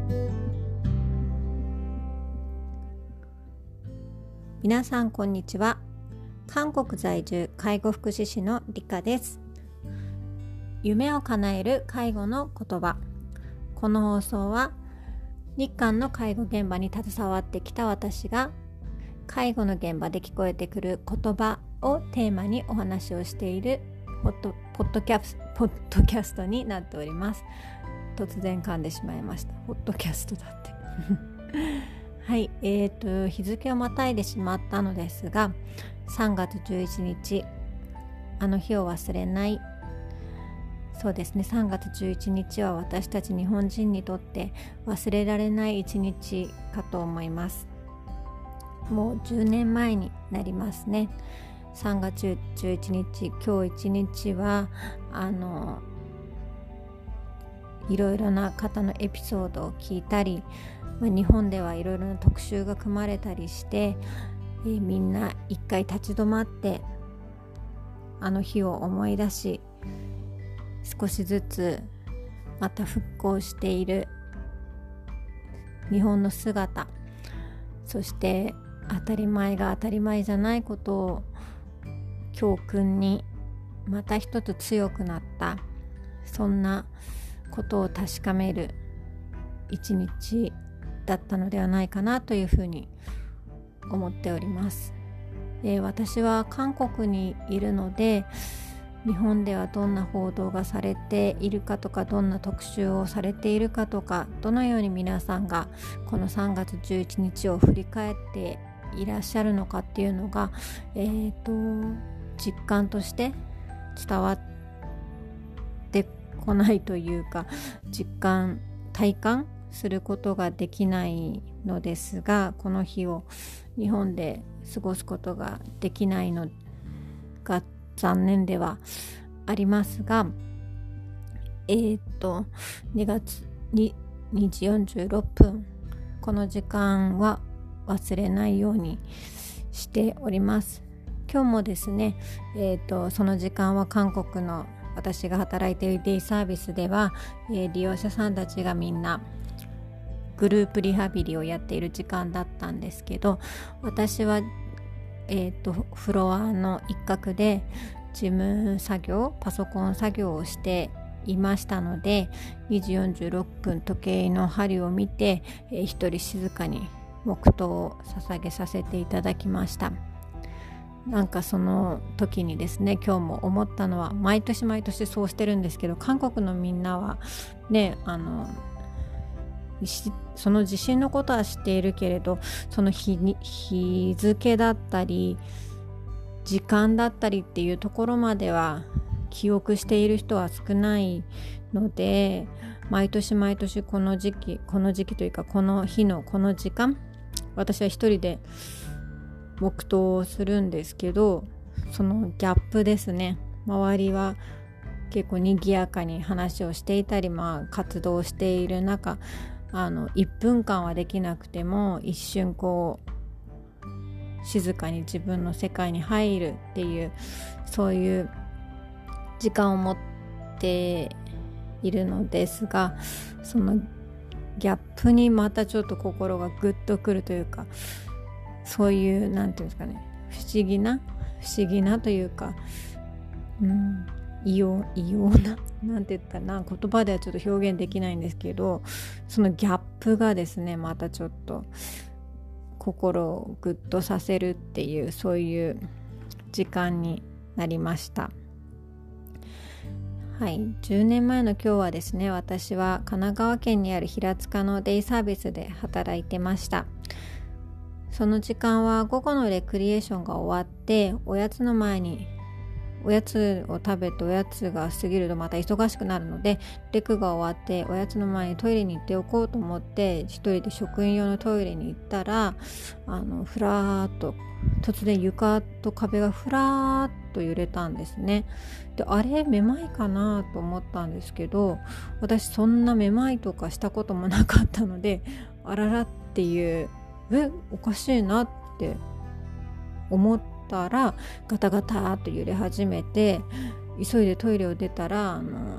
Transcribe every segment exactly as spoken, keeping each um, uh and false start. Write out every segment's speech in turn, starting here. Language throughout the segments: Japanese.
皆さんこんにちは。韓国在住介護福祉士のリカです。夢を叶える介護の言葉。この放送は日韓の介護現場に携わってきた私が介護の現場で聞こえてくる言葉をテーマにお話をしているポッド、ポッドキャス、ポッドキャストになっております。突然噛んでしまいました。ポッドキャストだってはい、えーと日付をまたいでしまったのですが、さんがつじゅういちにち、あの日を忘れない。そうですね、さんがつじゅういちにちは私たち日本人にとって忘れられない一日かと思います。もうじゅうねんまえになりますね。さんがつじゅういちにち、今日一日はあのいろいろな方のエピソードを聞いたり、まあ、日本ではいろいろな特集が組まれたりして、えー、みんな一回立ち止まってあの日を思い出し、少しずつまた復興している日本の姿、そして当たり前が当たり前じゃないことを教訓にまた一つ強くなった、そんなことを確かめる一日だったのではないかなというふうに思っております。えー、私は韓国にいるので、日本ではどんな報道がされているかとか、どんな特集をされているかとか、どのように皆さんがこのさんがつじゅういちにちを振り返っていらっしゃるのかっていうのが、えーと実感として伝わってこないというか、実感体感することができないのですが、この日を日本で過ごすことができないのが残念ではありますが、えー、っとにがつにじよんじゅうろっぷん、この時間は忘れないようにしております。今日もですね、えー、っとその時間は韓国の私が働いているデイサービスでは、えー、利用者さんたちがみんなグループリハビリをやっている時間だったんですけど、私は、えー、とフロアの一角で事務作業、パソコン作業をしていましたので、にじよんじゅうろっぷん時計の針を見て、えー、一人静かに黙祷を捧げさせていただきました。なんかその時にですね、今日も思ったのは、毎年毎年そうしてるんですけど、韓国のみんなはね、あのその地震のことは知っているけれど、その 日, に日付だったり時間だったりっていうところまでは記憶している人は少ないので、毎年毎年この時期この時期というかこの日のこの時間、私は一人で黙祷をするんですけど、そのギャップですね。周りは結構賑やかに話をしていたり、まあ、活動している中、あのいっぷんかんはできなくても一瞬こう静かに自分の世界に入るっていう、そういう時間を持っているのですが、そのギャップにまたちょっと心がグッとくるというか、そういうなんていうんですかね、不思議な不思議なというか、うん異様異様ななんて言ったらな、言葉ではちょっと表現できないんですけど、そのギャップがですね、またちょっと心をグッとさせるっていう、そういう時間になりました。はい、じゅうねんまえの今日はですね、私は神奈川県にある平塚のデイサービスで働いてました。その時間は午後のレクリエーションが終わって、おやつの前におやつを食べて、おやつが過ぎるとまた忙しくなるので、レクが終わっておやつの前にトイレに行っておこうと思って一人で職員用のトイレに行ったら、あのふらーっと突然床と壁がふらーっと揺れたんですね。で、あれめまいかなと思ったんですけど、私そんなめまいとかしたこともなかったので、あららっていう、えおかしいなって思ったら、ガタガタっと揺れ始めて、急いでトイレを出たら、あの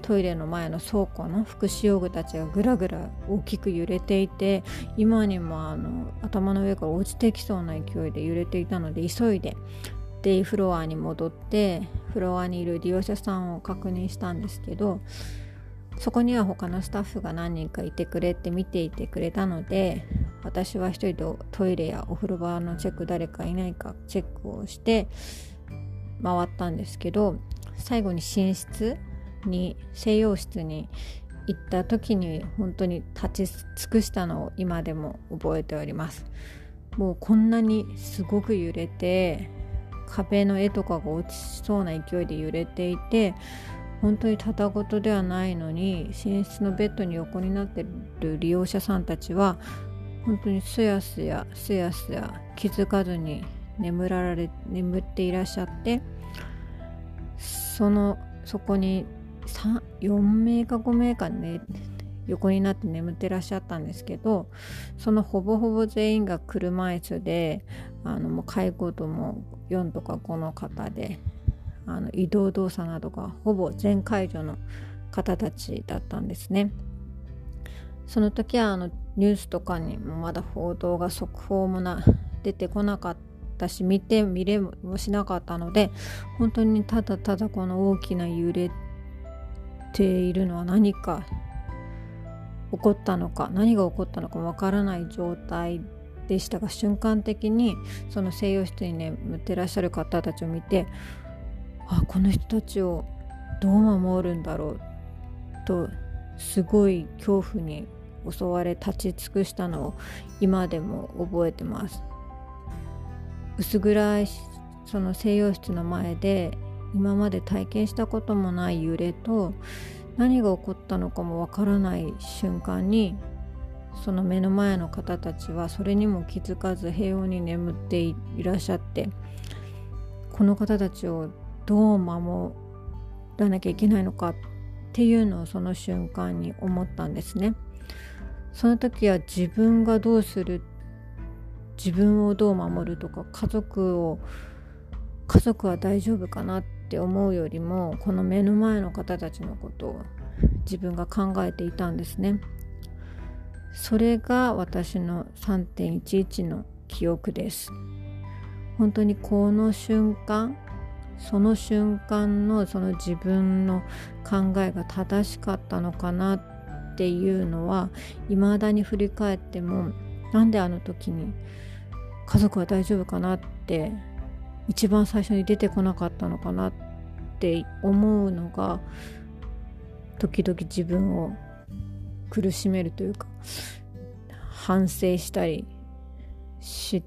トイレの前の倉庫の福祉用具たちがぐらぐら大きく揺れていて、今にもあの頭の上から落ちてきそうな勢いで揺れていたので、急いでデイフロアに戻ってフロアにいる利用者さんを確認したんですけど、そこには他のスタッフが何人かいてくれて見ていてくれたので、私は一人でトイレやお風呂場のチェック、誰かいないかチェックをして回ったんですけど、最後に寝室に西洋室に行った時に本当に立ち尽くしたのを今でも覚えております。もうこんなにすごく揺れて、壁の絵とかが落ちそうな勢いで揺れていて、本当にただごとではないのに、寝室のベッドに横になっている利用者さんたちは本当にすやすやすやすや気づかずに眠られ眠っていらっしゃって、そのそこによんめいかごめいかね横になって眠ってらっしゃったんですけど、そのほぼほぼ全員が車椅子で、あのもう介護度もよんとかごの方で、あの移動動作などがほぼ全介助の方たちだったんですね。その時はあのニュースとかにもまだ報道が速報もな出てこなかったし、見て見れもしなかったので、本当にただただこの大きな揺れているのは何か起こったのか、何が起こったのかわからない状態でしたが、瞬間的にその西洋室に眠ってらっしゃる方たちを見て、あ、この人たちをどう守るんだろうと、すごい恐怖に襲われ立ち尽くしたのを今でも覚えてます。薄暗いその西洋室の前で、今まで体験したこともない揺れと、何が起こったのかもわからない瞬間に、その目の前の方たちはそれにも気づかず平穏に眠っていらっしゃって、この方たちをどう守らなきゃいけないのかっていうのをその瞬間に思ったんですね。その時は自分がどうする、自分をどう守るとか、家族を家族は大丈夫かなって思うよりも、この目の前の方たちのことを自分が考えていたんですね。それが私の さんてんいちいち の記憶です。本当にこの瞬間、その瞬間のその自分の考えが正しかったのかなっていうのは、未だに振り返っても、なんであの時に家族は大丈夫かなって一番最初に出てこなかったのかなって思うのが、時々自分を苦しめるというか、反省したりして、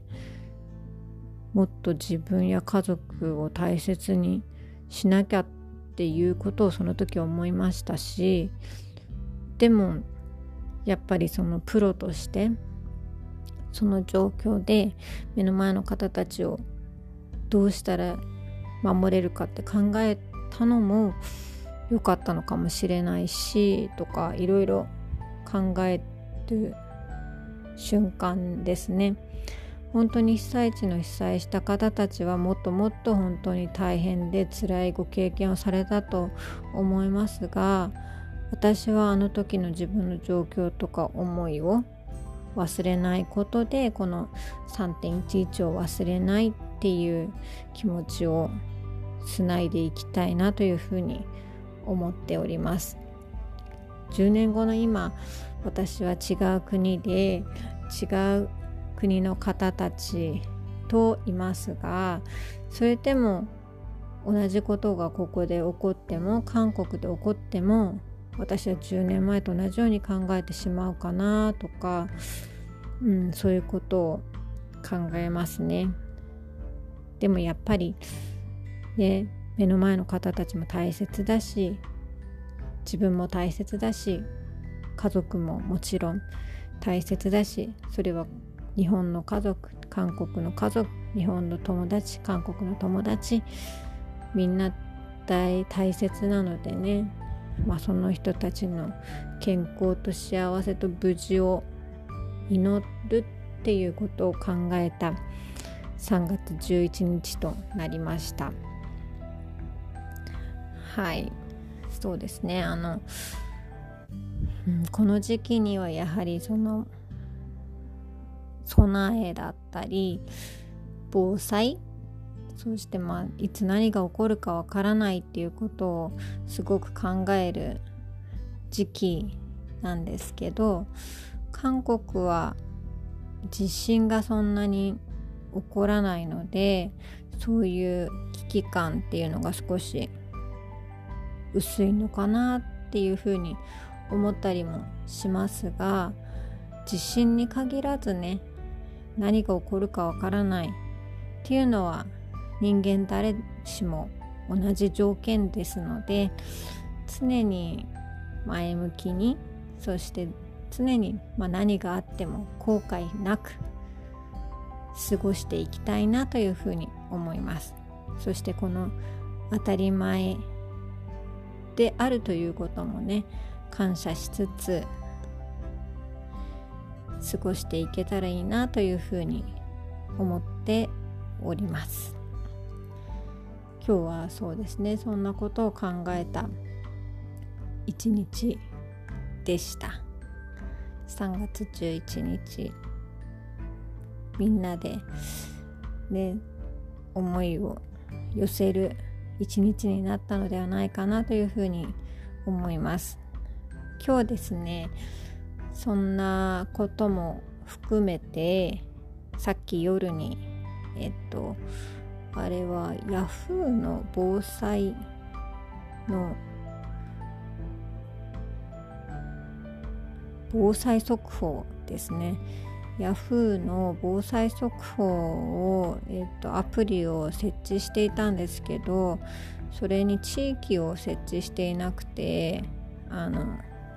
もっと自分や家族を大切にしなきゃっていうことをその時思いましたし、でもやっぱりそのプロとしてその状況で目の前の方たちをどうしたら守れるかって考えたのも良かったのかもしれないし、とかいろいろ考える瞬間ですね。本当に被災地の被災した方たちはもっともっと本当に大変で辛いご経験をされたと思いますが、私はあの時の自分の状況とか思いを忘れないことで、この さんてんいちいち を忘れないっていう気持ちをつないでいきたいなというふうに思っております。じゅうねんごの今、私は違う国で違う国の方たちといますが、それでも同じことがここで起こっても、韓国で起こっても、私はじゅうねんまえと同じように考えてしまうかなとか、うん、そういうことを考えますね。でもやっぱりね、目の前の方たちも大切だし、自分も大切だし、家族ももちろん大切だし、それは日本の家族、韓国の家族、日本の友達、韓国の友達、みんな 大, 大切なのでね、まあ、その人たちの健康と幸せと無事を祈るっていうことを考えたさんがつじゅういちにちとなりました。はい、 そうですねあの、うん、この時期にはやはりその備えだったり防災、そしてまあいつ何が起こるかわからないっていうことをすごく考える時期なんですけど、韓国は地震がそんなに起こらないので、そういう危機感っていうのが少し薄いのかなっていうふうに思ったりもしますが、地震に限らずね、何が起こるかわからないっていうのは人間誰しも同じ条件ですので、常に前向きに、そして常にまあ何があっても後悔なく過ごしていきたいなというふうに思います。そしてこの当たり前であるということもね、感謝しつつ過ごしていけたらいいなというふうに思っております。今日はそうですね、そんなことを考えた一日でした。さんがつじゅういちにち、みんなでね、思いを寄せる一日になったのではないかなというふうに思います。今日ですね、そんなことも含めて、さっき夜にえっとあれはヤフーの防災の防災速報ですね。ヤフーの防災速報を、えっと、アプリを設置していたんですけど、それに地域を設置していなくて、あの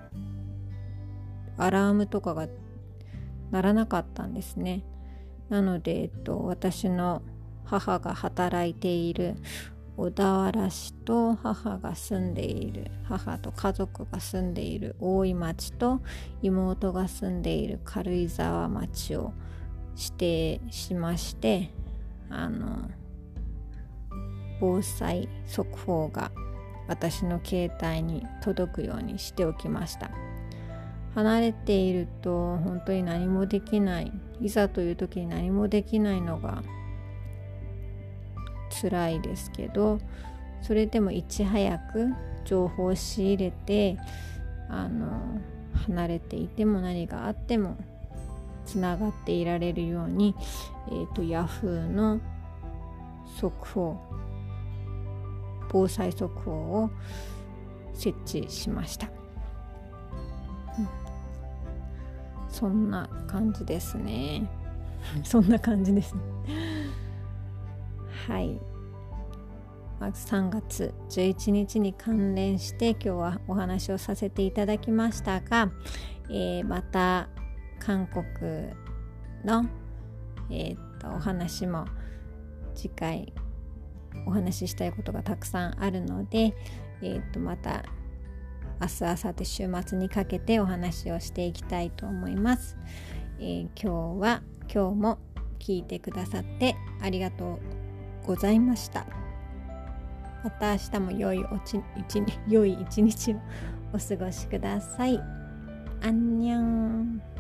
アラームとかが鳴らなかったんですね。なので、えっと、私の母が働いている小田原市と母が住んでいる母と家族が住んでいる大井町と妹が住んでいる軽井沢町を指定しまして、あの防災速報が私の携帯に届くようにしておきました。離れていると本当に何もできない、いざという時に何もできないのが辛いですけど、それでもいち早く情報を仕入れて、あの離れていても何があってもつながっていられるように、えーと、ヤフーの速報、防災速報を設置しました。うん、そんな感じですね。そんな感じですね。はい。まずさんがつじゅういちにちに関連して今日はお話をさせていただきましたが、えー、また韓国の、えー、とお話も次回お話ししたいことがたくさんあるので、えー、とまた明日明後日週末にかけてお話をしていきたいと思います。えー、今日は今日も聞いてくださってありがとうございました。また明日も良いおち一良い一日をお過ごしください。アンニョン。